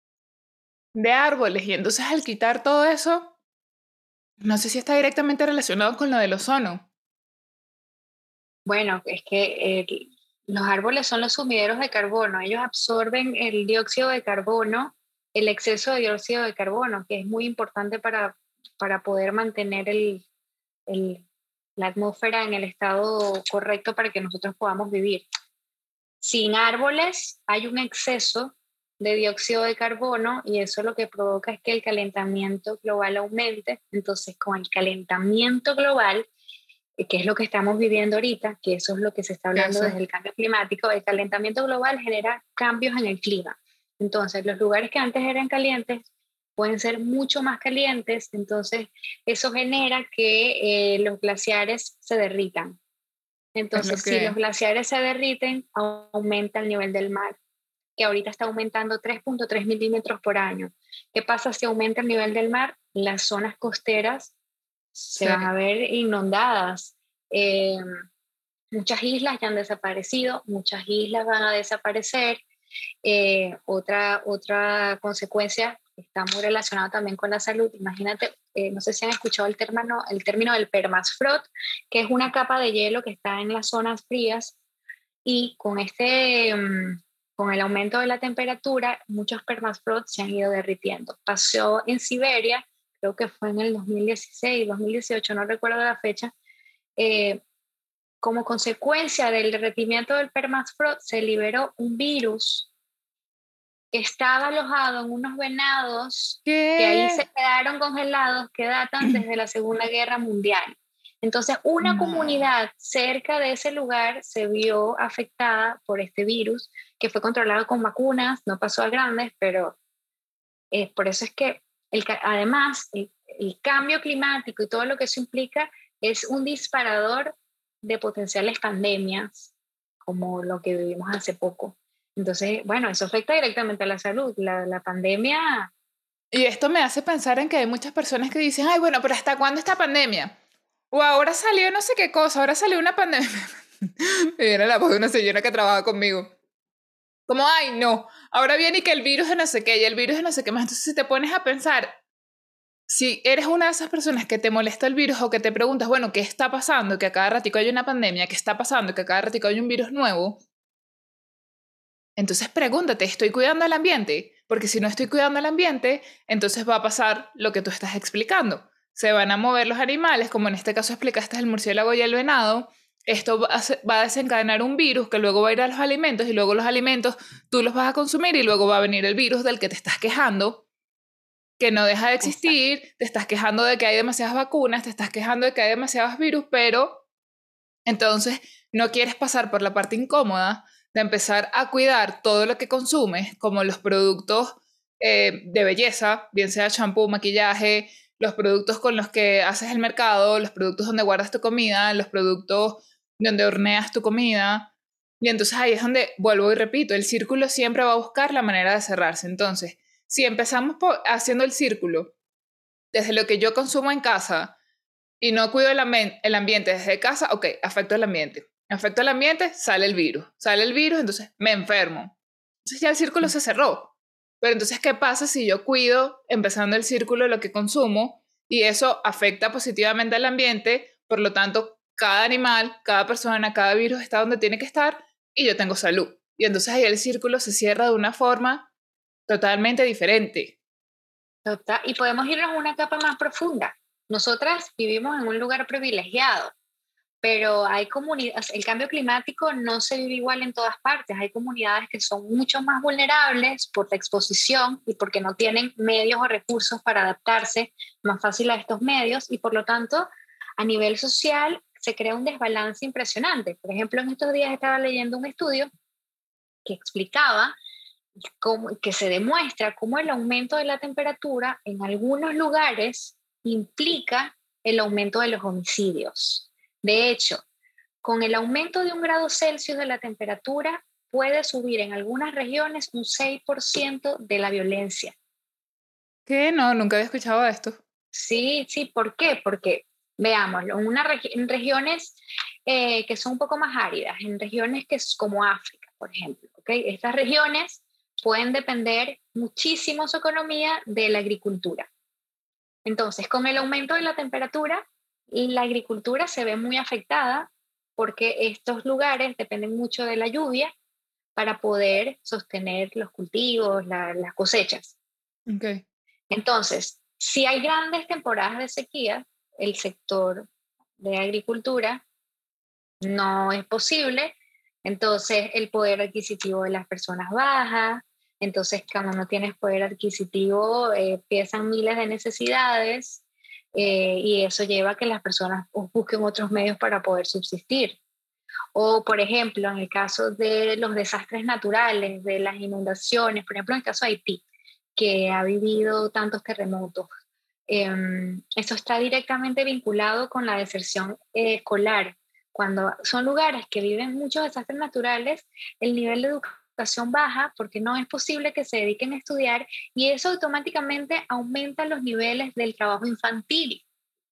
de árboles y entonces al quitar todo eso, no sé si está directamente relacionado con lo del ozono. Bueno, es que eh, los árboles son los sumideros de carbono, ellos absorben el dióxido de carbono, el exceso de dióxido de carbono, que es muy importante para, para poder mantener el, el, la atmósfera en el estado correcto para que nosotros podamos vivir. Sin árboles hay un exceso de dióxido de carbono y eso lo que provoca es que el calentamiento global aumente. Entonces, con el calentamiento global, que es lo que estamos viviendo ahorita, que eso es lo que se está hablando Eso. desde el cambio climático, el calentamiento global genera cambios en el clima. Entonces, los lugares que antes eran calientes pueden ser mucho más calientes, entonces eso genera que eh, los glaciares se derritan. Es lo Entonces, si los que... glaciares se derriten, aumenta el nivel del mar, que ahorita está aumentando tres punto tres milímetros por año. ¿Qué pasa si aumenta el nivel del mar? Las zonas costeras se van a Sí. ver inundadas. Eh, muchas islas ya han desaparecido, muchas islas van a desaparecer. Eh, otra, otra consecuencia está muy relacionada también con la salud. Imagínate, eh, no sé si han escuchado el término, el término del permafrost, que es una capa de hielo que está en las zonas frías y con este... Um, con el aumento de la temperatura, muchos permafrost se han ido derritiendo. Pasó en Siberia, creo que fue en el dos mil dieciséis, dos mil dieciocho, no recuerdo la fecha, eh, como consecuencia del derretimiento del permafrost se liberó un virus que estaba alojado en unos venados que ahí ¿Qué? se quedaron congelados, que datan desde la Segunda Guerra Mundial. Entonces, una No. comunidad cerca de ese lugar se vio afectada por este virus, que fue controlado con vacunas, no pasó a grandes, pero eh, por eso es que el, además el, el cambio climático y todo lo que eso implica es un disparador de potenciales pandemias, como lo que vivimos hace poco. Entonces, bueno, eso afecta directamente a la salud. La, la pandemia, Y esto me hace pensar en que hay muchas personas que dicen, ay, bueno, pero ¿hasta cuándo esta pandemia? O ahora salió no sé qué cosa, ahora salió una pandemia. Me viene la voz de una señora que trabaja conmigo. Como, ay, no, ahora viene y que el virus de no sé qué, y el virus de no sé qué más. Entonces, si te pones a pensar, si eres una de esas personas que te molesta el virus o que te preguntas, bueno, ¿qué está pasando? Que a cada ratico hay una pandemia, ¿qué está pasando? Que a cada ratico hay un virus nuevo. Entonces pregúntate, ¿estoy cuidando el ambiente? Porque si no estoy cuidando el ambiente, entonces va a pasar lo que tú estás explicando. Se van a mover los animales, como en este caso explicaste el murciélago y el venado. Esto va a, va a desencadenar un virus que luego va a ir a los alimentos y luego los alimentos tú los vas a consumir y luego va a venir el virus del que te estás quejando, que no deja de existir, te estás quejando de que hay demasiadas vacunas, te estás quejando de que hay demasiados virus, pero entonces no quieres pasar por la parte incómoda de empezar a cuidar todo lo que consumes, como los productos eh, de belleza, bien sea champú, maquillaje, los productos con los que haces el mercado, los productos donde guardas tu comida, los productos donde horneas tu comida. Y entonces ahí es donde, vuelvo y repito, el círculo siempre va a buscar la manera de cerrarse. Entonces, si empezamos por, haciendo el círculo desde lo que yo consumo en casa y no cuido el, ambi- el ambiente desde casa, ok, afecto el ambiente. Afecto el ambiente, sale el virus. Sale el virus, entonces me enfermo. Entonces ya el círculo se cerró. Pero entonces, ¿qué pasa si yo cuido, empezando el círculo, de lo que consumo y eso afecta positivamente al ambiente? Por lo tanto, cada animal, cada persona, cada virus está donde tiene que estar y yo tengo salud. Y entonces ahí el círculo se cierra de una forma totalmente diferente. total, y podemos irnos a una capa más profunda. Nosotras vivimos en un lugar privilegiado, pero hay comunidades, el cambio climático no se vive igual en todas partes. Hay comunidades que son mucho más vulnerables por la exposición y porque no tienen medios o recursos para adaptarse más fácil a estos medios y por lo tanto a nivel social se crea un desbalance impresionante. Por ejemplo, en estos días estaba leyendo un estudio que explicaba cómo, que se demuestra cómo el aumento de la temperatura en algunos lugares implica el aumento de los homicidios. De hecho, con el aumento de un grado Celsius de la temperatura, puede subir en algunas regiones un seis por ciento de la violencia. ¿Qué? No, nunca había escuchado esto. Sí, sí, ¿por qué? Porque, veámoslo, en, una regi en regiones eh, que son un poco más áridas, en regiones que es como África, por ejemplo. ¿Okay? Estas regiones pueden depender muchísimo su economía de la agricultura. Entonces, con el aumento de la temperatura, la agricultura se ve muy afectada porque estos lugares dependen mucho de la lluvia para poder sostener los cultivos, la, las cosechas. Okay. Entonces, si hay grandes temporadas de sequía, el sector de agricultura no es posible, entonces el poder adquisitivo de las personas baja, entonces cuando no tienes poder adquisitivo eh, empiezan miles de necesidades eh, y eso lleva a que las personas busquen otros medios para poder subsistir. O, por ejemplo, en el caso de los desastres naturales, de las inundaciones, por ejemplo, en el caso de Haití, que ha vivido tantos terremotos, eh, eso está directamente vinculado con la deserción eh, escolar. Cuando son lugares que viven muchos desastres naturales, el nivel de educación baja porque no es posible que se dediquen a estudiar y eso automáticamente aumenta los niveles del trabajo infantil.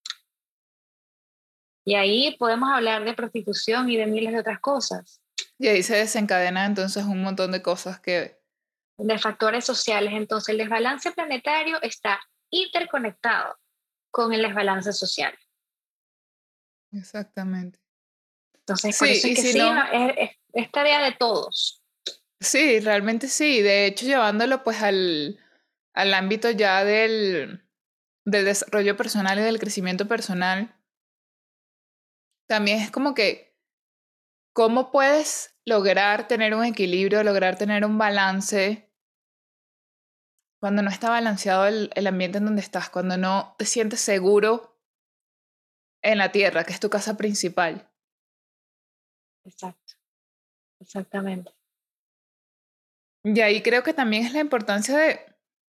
Y ahí podemos hablar de prostitución y de miles de otras cosas. Y ahí se desencadena entonces un montón de cosas que... De factores sociales. Entonces, el desbalance planetario está interconectado con el desbalance social. Exactamente. Entonces, por Sí, eso es y que si sí, no... no, es, es, es tarea de todos. Sí, realmente sí. De hecho, llevándolo pues al, al ámbito ya del, del desarrollo personal y del crecimiento personal, también es como que, ¿cómo puedes lograr tener un equilibrio, lograr tener un balance cuando no está balanceado el, el ambiente en donde estás, cuando no te sientes seguro en la tierra, que es tu casa principal? Exacto, exactamente. Y ahí creo que también es la importancia de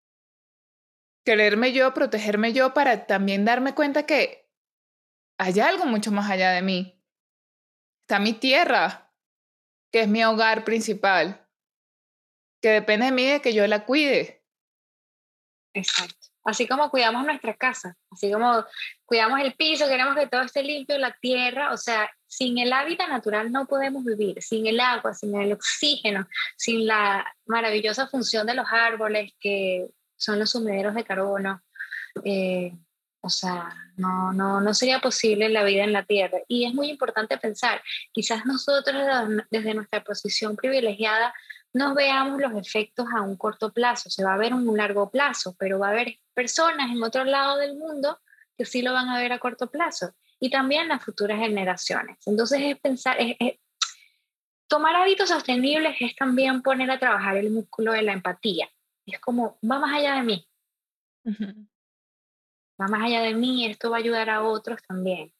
quererme yo, protegerme yo, para también darme cuenta que hay algo mucho más allá de mí. Está mi tierra, que es mi hogar principal, que depende de mí de que yo la cuide. Exacto. Así como cuidamos nuestra casa, así como cuidamos el piso, queremos que todo esté limpio, la tierra, o sea, sin el hábitat natural no podemos vivir, sin el agua, sin el oxígeno, sin la maravillosa función de los árboles que son los sumideros de carbono. Eh, o sea, no, no, no sería posible la vida en la Tierra. Y es muy importante pensar, quizás nosotros desde nuestra posición privilegiada no veamos los efectos a un corto plazo, se va a ver en un largo plazo, pero va a haber personas en otro lado del mundo que sí lo van a ver a corto plazo y también las futuras generaciones. Entonces es pensar, es, es, tomar hábitos sostenibles es también poner a trabajar el músculo de la empatía. Es como, va más allá de mí, Uh-huh. va más allá de mí, esto va a ayudar a otros también.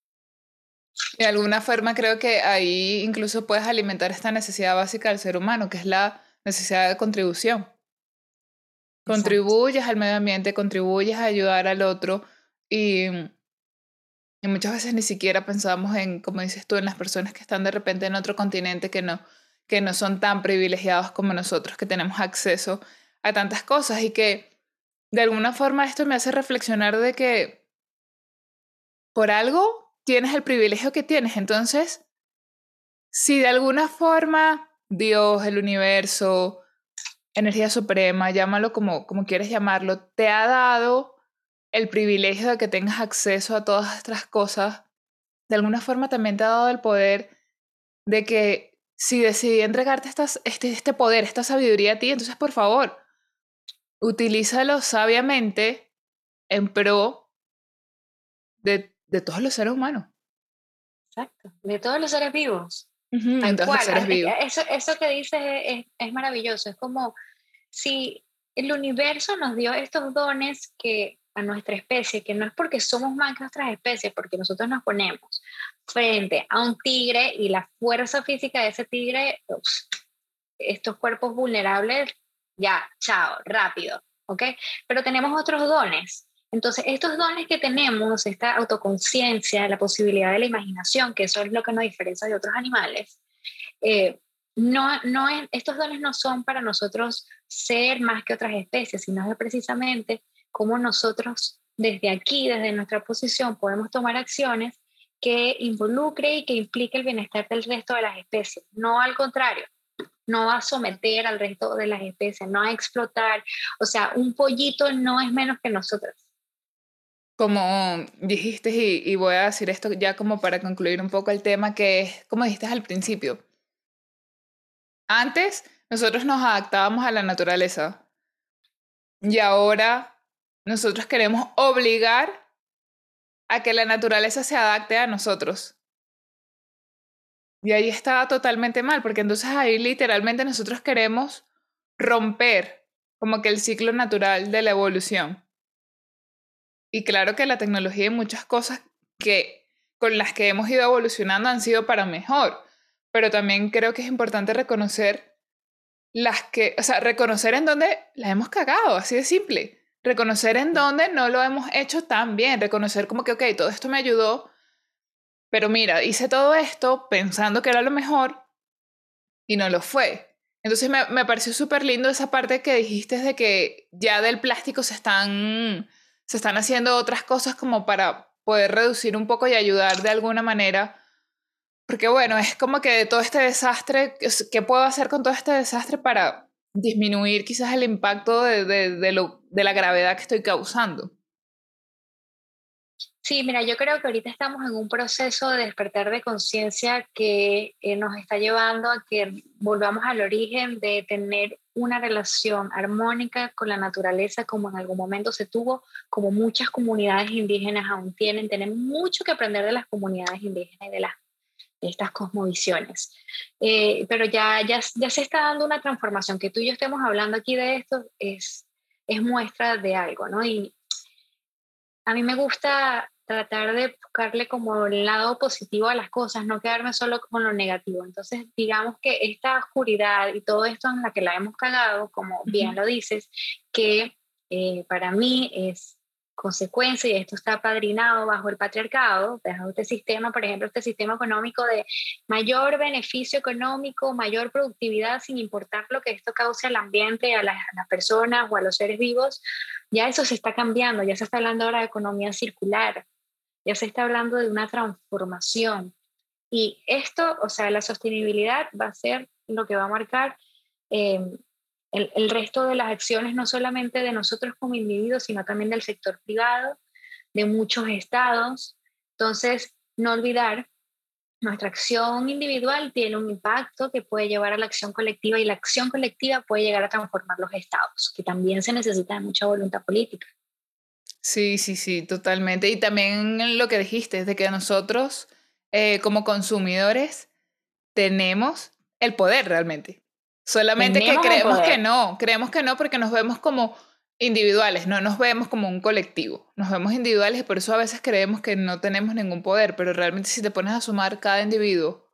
De alguna forma creo que ahí incluso puedes alimentar esta necesidad básica del ser humano, que es la necesidad de contribución. Exacto. Contribuyes al medio ambiente, contribuyes a ayudar al otro y, y muchas veces ni siquiera pensamos en, como dices tú, en las personas que están de repente en otro continente que no, que no son tan privilegiados como nosotros, que tenemos acceso a tantas cosas y que de alguna forma esto me hace reflexionar de que por algo tienes el privilegio que tienes. Entonces, si de alguna forma Dios, el universo, energía suprema, llámalo como, como quieres llamarlo, te ha dado el privilegio de que tengas acceso a todas estas cosas, de alguna forma también te ha dado el poder de que si decidí entregarte estas, este, este poder, esta sabiduría a ti, entonces por favor, utilízalo sabiamente en pro de, de todos los seres humanos. Exacto, de todos los seres vivos, Uh-huh, en tal todos los cual. seres Es vivos. que Eso, eso que dices es, es, es maravilloso, es como si el universo nos dio estos dones que a nuestra especie, que no es porque somos más que otras especies, porque nosotros nos ponemos frente a un tigre y la fuerza física de ese tigre, ups, estos cuerpos vulnerables, ya, chao, rápido, ¿ok? Pero tenemos otros dones. Entonces, estos dones que tenemos, esta autoconciencia, la posibilidad de la imaginación, que eso es lo que nos diferencia de otros animales, eh, no, no es, estos dones no son para nosotros ser más que otras especies, sino es precisamente cómo nosotros desde aquí, desde nuestra posición, podemos tomar acciones que involucre y que implique el bienestar del resto de las especies, no al contrario. No va a someter al resto de las especies, no a explotar. O sea, un pollito no es menos que nosotros. Como dijiste, y, y voy a decir esto ya como para concluir un poco el tema, que es como dijiste al principio. Antes nosotros nos adaptábamos a la naturaleza y ahora nosotros queremos obligar a que la naturaleza se adapte a nosotros. Y ahí está totalmente mal, porque entonces ahí literalmente nosotros queremos romper como que el ciclo natural de la evolución. Y claro que la tecnología y muchas cosas que, con las que hemos ido evolucionando han sido para mejor, pero también creo que es importante reconocer las que, o sea, reconocer en dónde las hemos cagado, así de simple. Reconocer en dónde no lo hemos hecho tan bien, reconocer como que, ok, todo esto me ayudó, pero mira, hice todo esto pensando que era lo mejor y no lo fue. Entonces me, me pareció súper lindo esa parte que dijiste de que ya del plástico se están, se están haciendo otras cosas como para poder reducir un poco y ayudar de alguna manera. Porque bueno, es como que de todo este desastre, ¿qué puedo hacer con todo este desastre para disminuir quizás el impacto de, de, de, lo, de la gravedad que estoy causando? Sí, mira, yo creo que ahorita estamos en un proceso de despertar de conciencia que eh, nos está llevando a que volvamos al origen de tener una relación armónica con la naturaleza como en algún momento se tuvo, como muchas comunidades indígenas aún tienen. Tenemos mucho que aprender de las comunidades indígenas y de, las, de estas cosmovisiones. Eh, pero ya, ya, ya se está dando una transformación. Que tú y yo estemos hablando aquí de esto es, es muestra de algo, ¿no? Y a mí me gusta tratar de buscarle como el lado positivo a las cosas, no quedarme solo con lo negativo. Entonces, digamos que esta oscuridad y todo esto en la que la hemos cagado, como bien Uh-huh. lo dices, que eh, para mí es consecuencia, y esto está apadrinado bajo el patriarcado, bajo este sistema, por ejemplo, este sistema económico de mayor beneficio económico, mayor productividad, sin importar lo que esto cause al ambiente, a las, a las personas o a los seres vivos. Ya eso se está cambiando, ya se está hablando ahora de economía circular, ya se está hablando de una transformación. Y esto, o sea, la sostenibilidad va a ser lo que va a marcar eh, el, el resto de las acciones, no solamente de nosotros como individuos, sino también del sector privado, de muchos estados. Entonces, no olvidar, nuestra acción individual tiene un impacto que puede llevar a la acción colectiva, y la acción colectiva puede llegar a transformar los estados, que también se necesita de mucha voluntad política. Sí, sí, sí, totalmente. Y también lo que dijiste es de que nosotros eh, como consumidores tenemos el poder realmente. Solamente que Tenemos el creemos que poder. no, creemos que no porque nos vemos como individuales, no nos vemos como un colectivo, nos vemos individuales y por eso a veces creemos que no tenemos ningún poder, pero realmente si te pones a sumar cada individuo,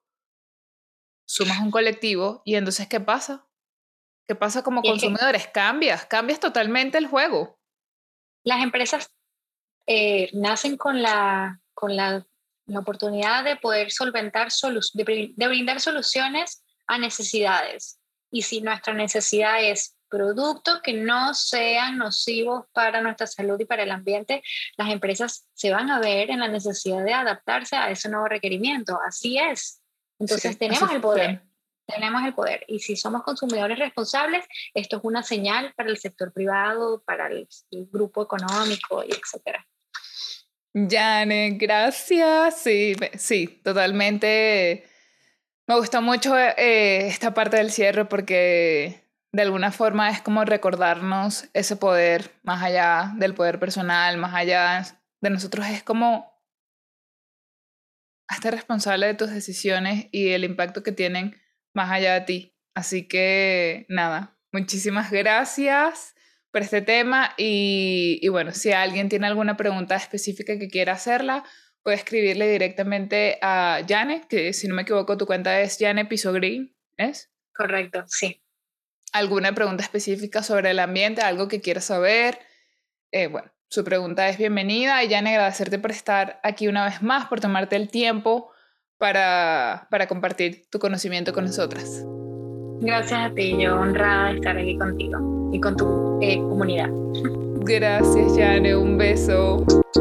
sumas un colectivo y entonces ¿qué pasa? ¿Qué pasa como Y es que consumidores? Cambias, cambias totalmente el juego. las empresas eh, nacen con la, con la, la oportunidad de poder solventar, solu de, de brindar soluciones a necesidades. Y si nuestra necesidad es productos que no sean nocivos para nuestra salud y para el ambiente, las empresas se van a ver en la necesidad de adaptarse a ese nuevo requerimiento. Así es. Entonces Sí, así tenemos el poder. funciona. Tenemos el poder. Y si somos consumidores responsables, esto es una señal para el sector privado, para el, el grupo económico, y etcétera. Jane, gracias. Sí, sí, totalmente. Me gustó mucho eh, esta parte del cierre porque de alguna forma es como recordarnos ese poder más allá del poder personal, más allá de nosotros. Es como hazte responsable de tus decisiones y el impacto que tienen más allá de ti. Así que nada, muchísimas gracias por este tema y, y bueno, si alguien tiene alguna pregunta específica que quiera hacerla, puede escribirle directamente a Jane, que si no me equivoco tu cuenta es Jane Piso Green, ¿es? Correcto, sí. ¿Alguna pregunta específica sobre el ambiente, algo que quieras saber? Eh, bueno, su pregunta es bienvenida y Jane, agradecerte por estar aquí una vez más, por tomarte el tiempo para, para compartir tu conocimiento con nosotras. Gracias a ti, yo honrada de estar aquí contigo y con tu eh, comunidad. Gracias, Jane, un beso.